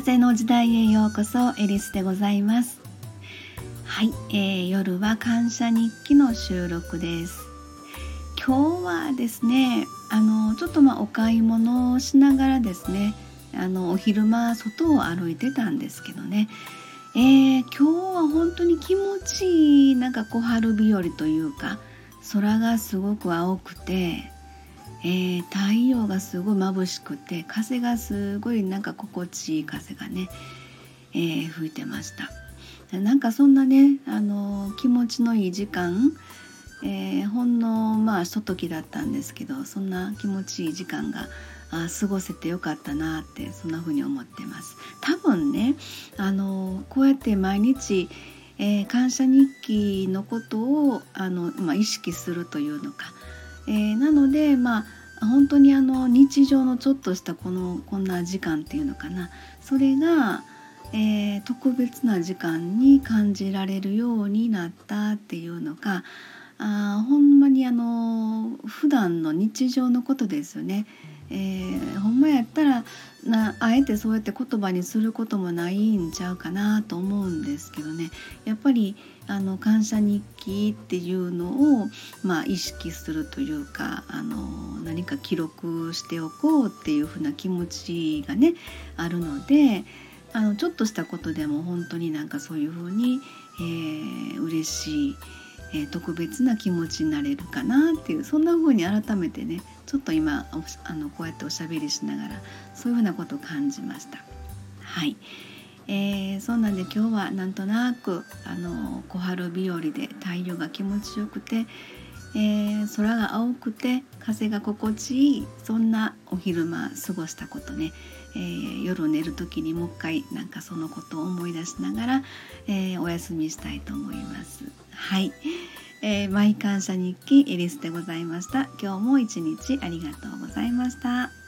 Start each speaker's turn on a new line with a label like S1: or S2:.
S1: 風の時代へようこそ。エリスでございます。はい、夜は感謝日記の収録です。今日はですね、ちょっとお買い物をしながらですね、お昼間外を歩いてたんですけどね、今日は本当に気持ちいい春日和というか、空がすごく青くて、太陽がすごい眩しくて、風がすごい心地いい風がね、吹いてました。そんなね、気持ちのいい時間、ほんのひとときだったんですけど、そんな気持ちいい時間が過ごせてよかったなって、そんな風に思ってます。多分ね、こうやって毎日、感謝日記のことを意識するというのか、なので本当に日常のちょっとしたこんな時間っていうのかな、それが、特別な時間に感じられるようになったっていうのが、ほんまに普段の日常のことですよね。ほんまやったらあえてそうやって言葉にすることもないんちゃうかなと思うんですけどね。やっぱり感謝日記っていうのを意識するというか、何か記録しておこうっていうふうな気持ちがねあるので、ちょっとしたことでも本当にそういうふうに、嬉しい、特別な気持ちになれるかなっていう、そんな風に改めてね、ちょっと今こうやっておしゃべりしながらそういうふうなことを感じました。はい、そうなんで、今日はなんとなく小春日和で太陽が気持ちよくて、空が青くて風が心地いい、そんなお昼間過ごしたことね、夜寝る時にもう一回そのことを思い出しながら、お休みしたいと思います。はい、マイ感謝日記エリスでございました。今日も一日ありがとうございました。